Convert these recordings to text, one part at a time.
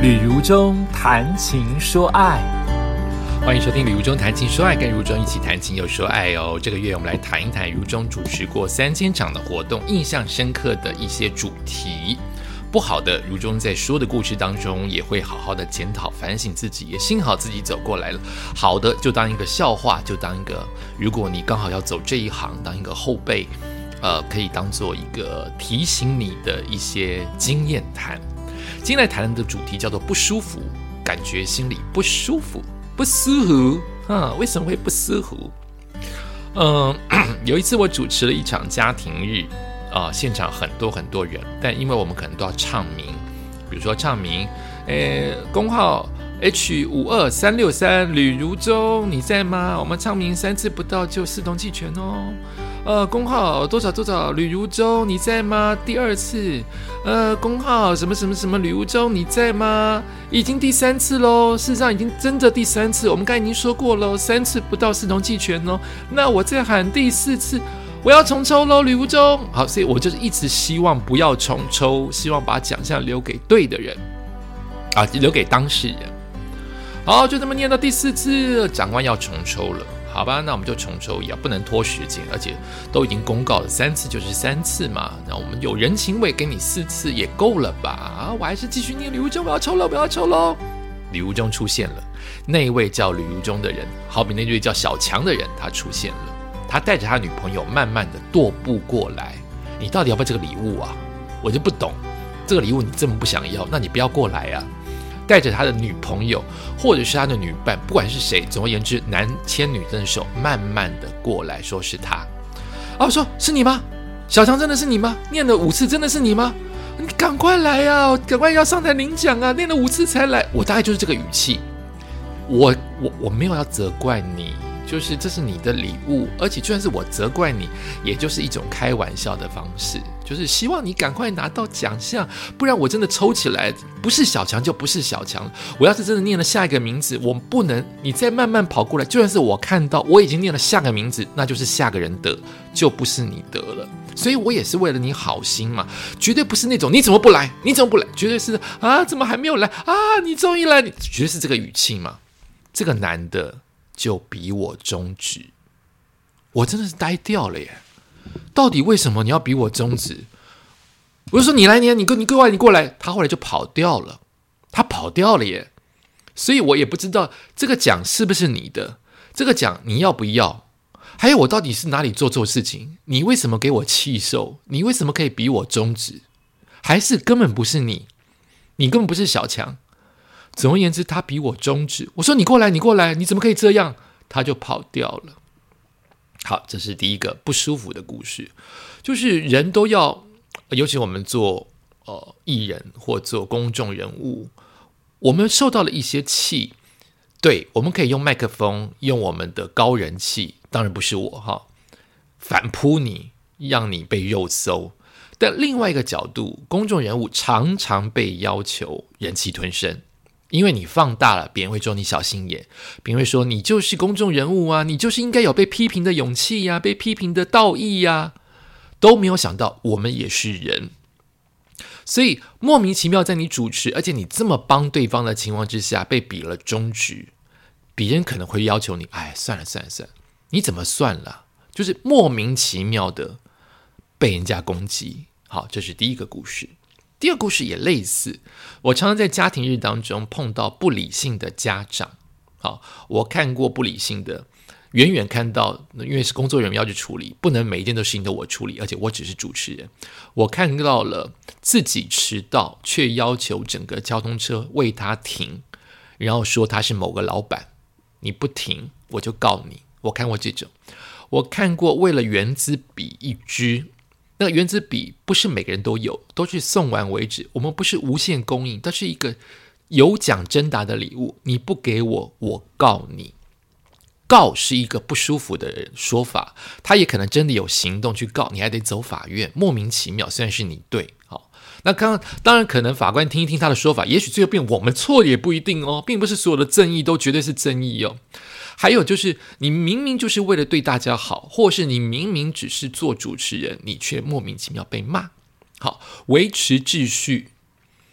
旅如中谈情说爱， 欢迎收听旅如中谈情说爱，跟如中一起谈情又说爱哦。这个月我们来谈一谈如中主持过3000场的活动，印象深刻的一些主题。不好的，如中在说的故事当中也会好好的检讨反省自己，也幸好自己走过来了。好的就当一个笑话，就当一个，如果你刚好要走这一行，当一个后辈，可以当做一个提醒你的一些经验谈。今天来谈的主题叫做不舒服，感觉心里不舒服，不舒服为什么会不舒服？有一次我主持了一场家庭日，现场很多人，但因为我们可能都要唱名，比如说唱名，工号 H52363 吕如中，你在吗？我们唱名3次不到就视同弃权哦。工号多少吕如中，你在吗？第2次，工号什么吕如中，你在吗？已经第3次咯，事实上已经真的第3次，我们刚才已经说过咯，3次不到视同弃权哦。那我再喊第4次，我要重抽咯，吕如中。好，所以我就是一直希望不要重抽，希望把奖项留给对的人，留给当事人。好，就这么念到第4次，长官要重抽了。好吧，那我们就重抽，也不能拖时间，而且都已经公告了3次就是3次嘛，那我们有人情味，给你4次也够了吧？我还是继续念吕如中，我要抽喽。吕如中出现了，那一位叫吕如中的人，好比那位叫小强的人，他出现了，他带着他女朋友慢慢的踱步过来。你到底要不要这个礼物啊？我就不懂，这个礼物你这么不想要，那你不要过来啊。带着他的女朋友或者是他的女伴，不管是谁，总而言之，男牵女生的手，慢慢的过来说是他。我说是你吗？小强真的是你吗？念了5次真的是你吗？你赶快来啊，赶快要上台领奖啊，念了5次才来。我大概就是这个语气，我没有要责怪你，就是这是你的礼物，而且就算是我责怪你，也就是一种开玩笑的方式，就是希望你赶快拿到奖项，不然我真的抽起来不是小强就不是小强。我要是真的念了下一个名字，我不能你再慢慢跑过来，就算是我看到我已经念了下个名字，那就是下个人得，就不是你得了。所以我也是为了你好心嘛，绝对不是那种你怎么不来，绝对是怎么还没有来你终于来，绝对是这个语气嘛。这个男的就比我中指，我真的是呆掉了耶！到底为什么你要比我中指？我就说你来念，你过来，他后来就跑掉了，耶！所以我也不知道这个奖是不是你的，这个奖你要不要？还有我到底是哪里做错事情？你为什么给我气受？你为什么可以比我中指？还是根本不是你根本不是小强？总而言之，他比我中指。我说你过来，你怎么可以这样？他就跑掉了。好，这是第一个不舒服的故事，就是人都要，尤其我们做艺人或做公众人物，我们受到了一些气，对，我们可以用麦克风，用我们的高人气，当然不是我反扑你，让你被肉搜。但另外一个角度，公众人物常常被要求忍气吞声。因为你放大了，别人会说你小心眼，别人会说你就是公众人物啊，你就是应该有被批评的勇气啊，被批评的道义啊，都没有想到我们也是人，所以莫名其妙在你主持，而且你这么帮对方的情况之下，被比了中指，别人可能会要求你，算了，你怎么算了？就是莫名其妙的被人家攻击。好，这是第一个故事。第二个故事也类似，我常常在家庭日当中碰到不理性的家长。好，我看过不理性的，远远看到，因为是工作人员要去处理，不能每一件都事情都我处理，而且我只是主持人。我看到了自己迟到，却要求整个交通车为他停，然后说他是某个老板，你不停我就告你。我看过这种，我看过为了原子笔一支。那个原子笔不是每个人都有，都是送完为止，我们不是无限供应，它是一个有奖征答的礼物，你不给我，我告你。告是一个不舒服的说法，他也可能真的有行动去告，你还得走法院，莫名其妙，虽然是你对。好，那当然可能法官听一听他的说法，也许最后变我们错也不一定哦，并不是所有的正义都绝对是正义哦。还有就是你明明就是为了对大家好，或是你明明只是做主持人，你却莫名其妙被骂。好，维持秩序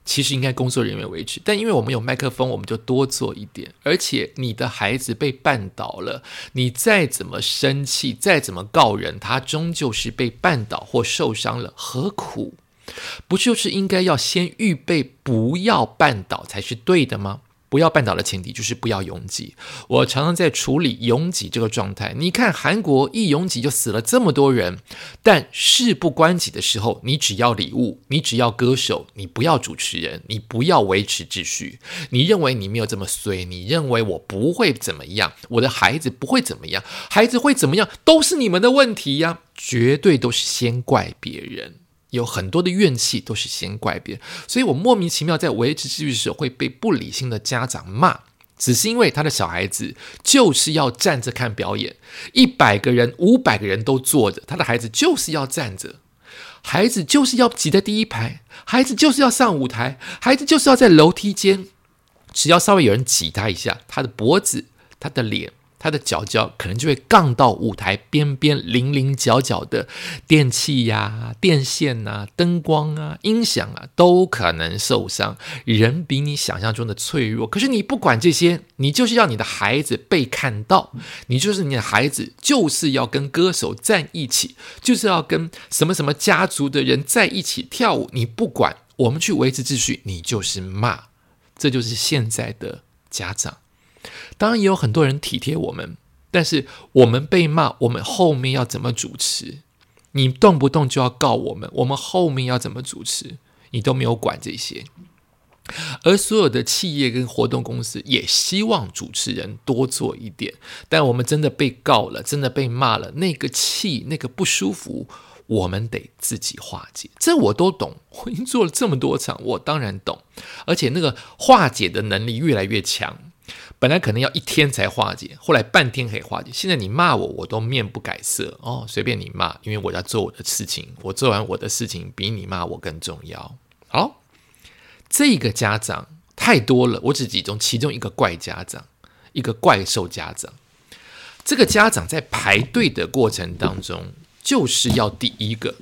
其实应该工作人员维持，但因为我们有麦克风，我们就多做一点。而且你的孩子被绊倒了，你再怎么生气，再怎么告人，他终究是被绊倒或受伤了，何苦？不就是应该要先预备不要绊倒才是对的吗？不要绊倒的前提就是不要拥挤。我常常在处理拥挤这个状态。你看韩国一拥挤就死了这么多人，但事不关己的时候，你只要礼物，你只要歌手，你不要主持人，你不要维持秩序。你认为你没有这么衰，你认为我不会怎么样，我的孩子不会怎么样，孩子会怎么样都是你们的问题呀，绝对都是先怪别人。有很多的怨气都是先怪别人，所以我莫名其妙在维持秩序的时候会被不理性的家长骂，只是因为他的小孩子就是要站着看表演，100个人500个人都坐着，他的孩子就是要站着，孩子就是要挤在第一排，孩子就是要上舞台，孩子就是要在楼梯间，只要稍微有人挤他一下，他的脖子，他的脸，他的脚可能就会杠到舞台边边，零零角角的电器呀、电线啊、灯光啊、音响啊都可能受伤。人比你想象中的脆弱，可是你不管这些，你就是要你的孩子被看到，你的孩子就是要跟歌手站一起，就是要跟什么什么家族的人在一起跳舞，你不管，我们去维持秩序，你就是骂。这就是现在的家长。当然也有很多人体贴我们，但是我们被骂，我们后面要怎么主持？你动不动就要告我们，我们后面要怎么主持？你都没有管这些。而所有的企业跟活动公司也希望主持人多做一点，但我们真的被告了，真的被骂了，那个气，那个不舒服，我们得自己化解。这我都懂，我已经做了这么多场，我当然懂。而且那个化解的能力越来越强。本来可能要1天才化解，后来半天可以化解。现在你骂我，我都面不改色哦，随便你骂，因为我要做我的事情，我做完我的事情比你骂我更重要。好，这个家长太多了，我只集中其中一个怪家长，一个怪兽家长。这个家长在排队的过程当中，就是要第一个，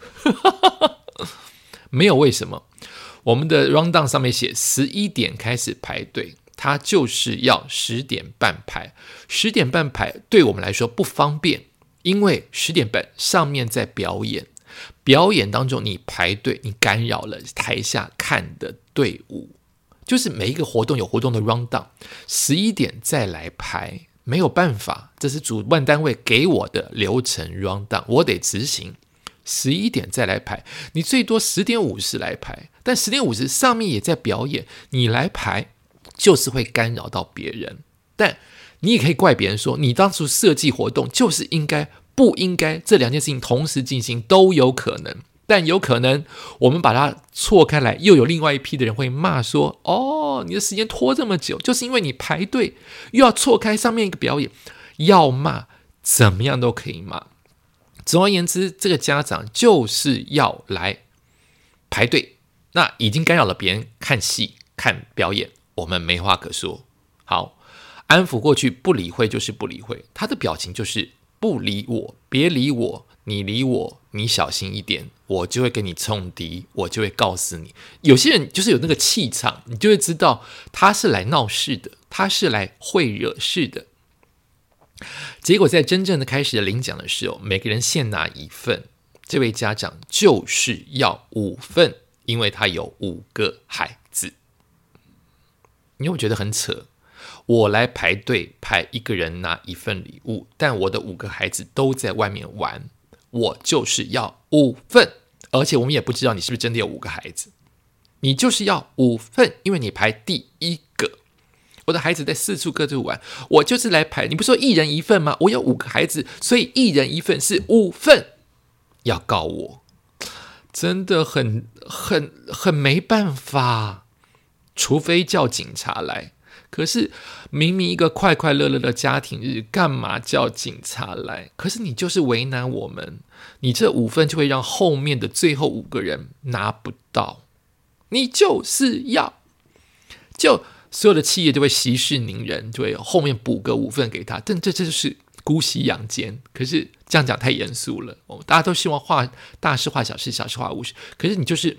没有为什么。我们的 rundown 上面写11点开始排队。他就是要10点半排，10点半排对我们来说不方便，因为10点半上面在表演，表演当中你排队，你干扰了台下看的队伍，就是每一个活动有活动的 rundown， 11点再来排，没有办法，这是主办单位给我的流程 rundown， 我得执行。11点再来排，你最多10点50来排，但10点50上面也在表演，你来排就是会干扰到别人。但你也可以怪别人说，你当初设计活动就是应该不应该这2件事情同时进行都有可能，但有可能我们把它错开来，又有另外一批的人会骂说，哦，你的时间拖这么久，就是因为你排队又要错开上面一个表演，要骂怎么样都可以骂。总而言之，这个家长就是要来排队，那已经干扰了别人看戏看表演，我们没话可说。好，安抚过去，不理会就是不理会，他的表情就是不理我，别理我，你理我，你小心一点，我就会跟你冲敌，我就会告诉你。有些人就是有那个气场，你就会知道他是来闹事的，他是来会惹事的。结果在真正的开始领奖的时候，每个人现拿1份，这位家长就是要5份，因为他有5个孩子。你会觉得很扯，我来排队排一个人拿1份礼物，但我的5个孩子都在外面玩，我就是要5份，而且我们也不知道你是不是真的有5个孩子，你就是要5份，因为你排第1个。我的孩子在4处各处玩，我就是来排。你不说1人1份吗？我有5个孩子，所以1人1份是5份，要告我，真的很没办法，除非叫警察来。可是明明一个快快乐乐的家庭日，干嘛叫警察来？可是你就是为难我们，你这5份就会让后面的最后5个人拿不到，你就是要所有的企业就会息事宁人，就会后面补个5份给他，但这就是姑息养奸。可是这样讲太严肃了，大家都希望大事化小事，小事化无事。可是你就是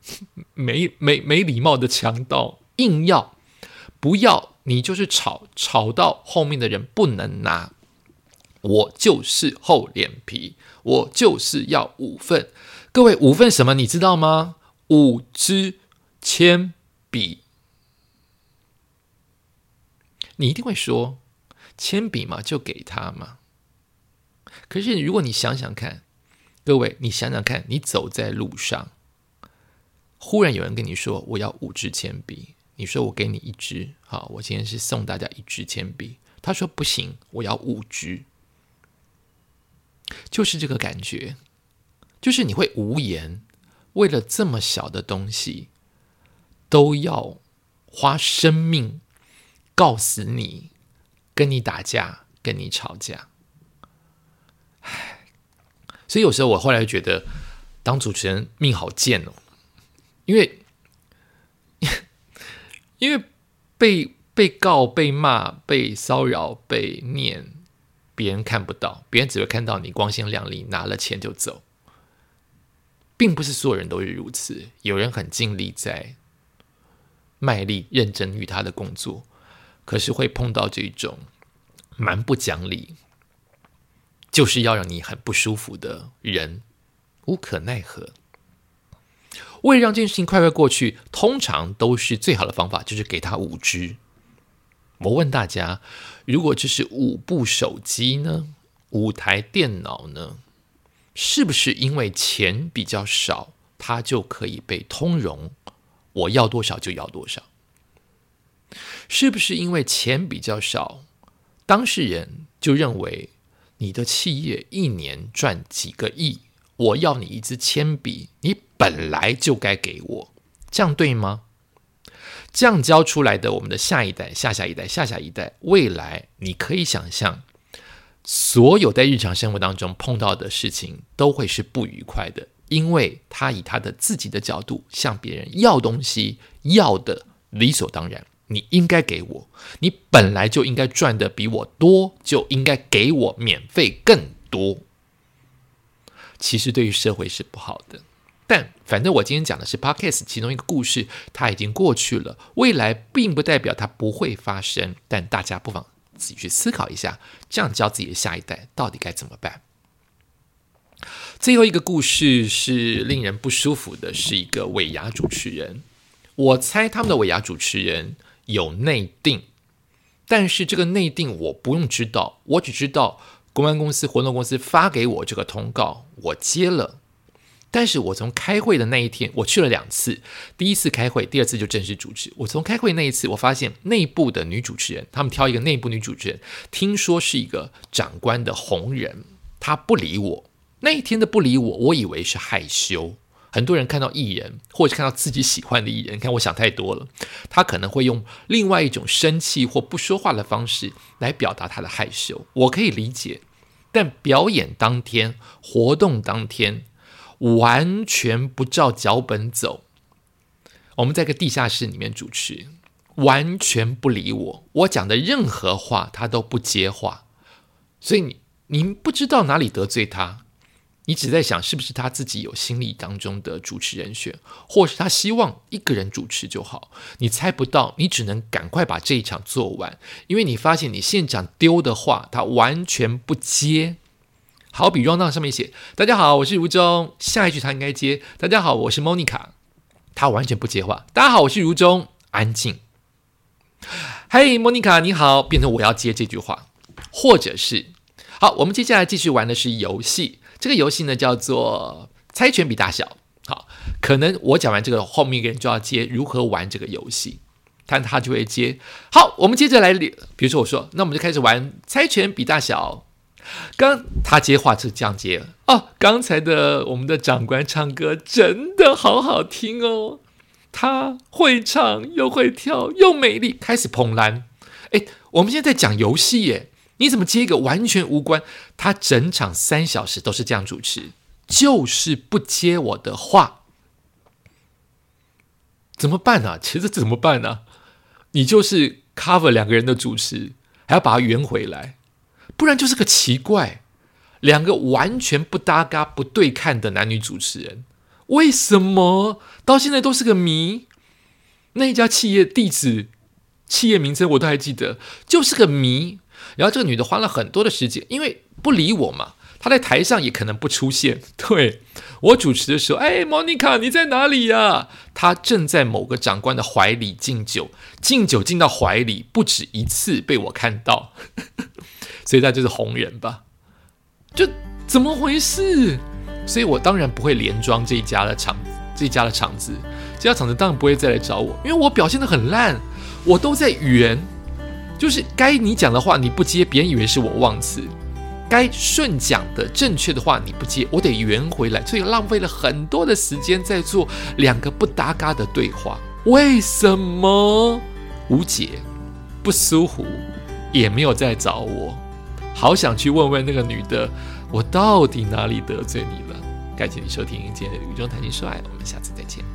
没礼貌的强盗，硬要不要你就是吵到后面的人不能拿，我就是厚脸皮，我就是要5份。各位5份什么你知道吗？5支铅笔。你一定会说铅笔嘛，就给他嘛。可是如果你想想看，各位你想想看，你走在路上，忽然有人跟你说我要5支铅笔，你说我给你1支，好，我今天是送大家1支铅笔，他说不行，我要5支，就是这个感觉，就是你会无言，为了这么小的东西都要花生命告死你，跟你打架，跟你吵架。所以有时候我后来觉得当主持人命好贱哦，因为被告、被骂、被骚扰、被念，别人看不到，别人只会看到你光鲜亮丽，拿了钱就走。并不是所有人都是如此，有人很尽力在卖力认真于他的工作，可是会碰到这种蛮不讲理，就是要让你很不舒服的人，无可奈何。为了让这件事情快快过去，通常都是最好的方法就是给他5支。我问大家，如果这是5部手机呢，5台电脑呢，是不是因为钱比较少，它就可以被通融，我要多少就要多少？是不是因为钱比较少，当事人就认为你的企业1年赚几个亿，我要你1支铅笔，你本来就该给我，这样对吗？这样教出来的我们的下一代、下下一代、下下一代，未来你可以想象，所有在日常生活当中碰到的事情都会是不愉快的，因为他以他的自己的角度向别人要东西，要的理所当然，你应该给我，你本来就应该赚的比我多，就应该给我免费更多。其实对于社会是不好的，但反正我今天讲的是 Podcast 其中一个故事，它已经过去了，未来并不代表它不会发生，但大家不妨自己去思考一下，这样教自己的下一代到底该怎么办。最后一个故事是令人不舒服的，是一个尾牙主持人。我猜他们的尾牙主持人有内定，但是这个内定我不用知道，我只知道公关公司、活动公司发给我这个通告，我接了。但是我从开会的那一天，我去了2次，第一次开会，第2次就正式主持。我从开会那一次，我发现内部的女主持人，他们挑一个内部女主持人，听说是一个长官的红人，她不理我。那一天的不理我，我以为是害羞。很多人看到艺人，或者看到自己喜欢的艺人，看我想太多了，他可能会用另外一种生气或不说话的方式来表达他的害羞，我可以理解。但表演当天、活动当天，完全不照脚本走。我们在一个地下室里面主持，完全不理我，我讲的任何话他都不接话，所以你不知道哪里得罪他，你只在想是不是他自己有心里当中的主持人选，或是他希望一个人主持就好，你猜不到，你只能赶快把这一场做完，因为你发现你现场丢的话他完全不接。好比 rundown 上面写大家好我是如中，下一句他应该接大家好我是 Monica， 他完全不接话，大家好我是如中，安静。嘿 Monica 你好，变成我要接这句话。或者是好，我们接下来继续玩的是游戏，这个游戏呢叫做猜拳比大小。好，可能我讲完这个，后面一个人就要接如何玩这个游戏，但他就会接。好，我们接着来，比如说我说那我们就开始玩猜拳比大小。刚他接话是这样接哦，刚才的我们的长官唱歌真的好好听哦，他会唱又会跳又美丽，开始捧篮。我们现在在讲游戏耶，你怎么接一个完全无关？他整场3小时都是这样主持，就是不接我的话，怎么办啊？其实怎么办啊？你就是 cover 2个人的主持，还要把它圆回来，不然就是个奇怪，2个完全不搭嘎、不对看的男女主持人， 为什么到现在都是个谜？那一家企业地址、企业名称我都还记得，就是个谜。然后这个女的花了很多的时间，因为不理我嘛，她在台上也可能不出现。对，我主持的时候，Monica 你在哪里呀？她正在某个长官的怀里敬酒，敬酒敬到怀里不止一次被我看到，所以她就是红人吧？就怎么回事？所以我当然不会连庄这一家的场子，这家场子当然不会再来找我，因为我表现得很烂，我都在圆，就是该你讲的话你不接，别人以为是我忘词；该顺讲的正确的话你不接，我得圆回来，所以浪费了很多的时间在做两个不搭嘎的对话。为什么？无解，不舒服，也没有再找我。好想去问问那个女的，我到底哪里得罪你了？感谢你收听今天的《旅中谈情说爱》，我们下次再见。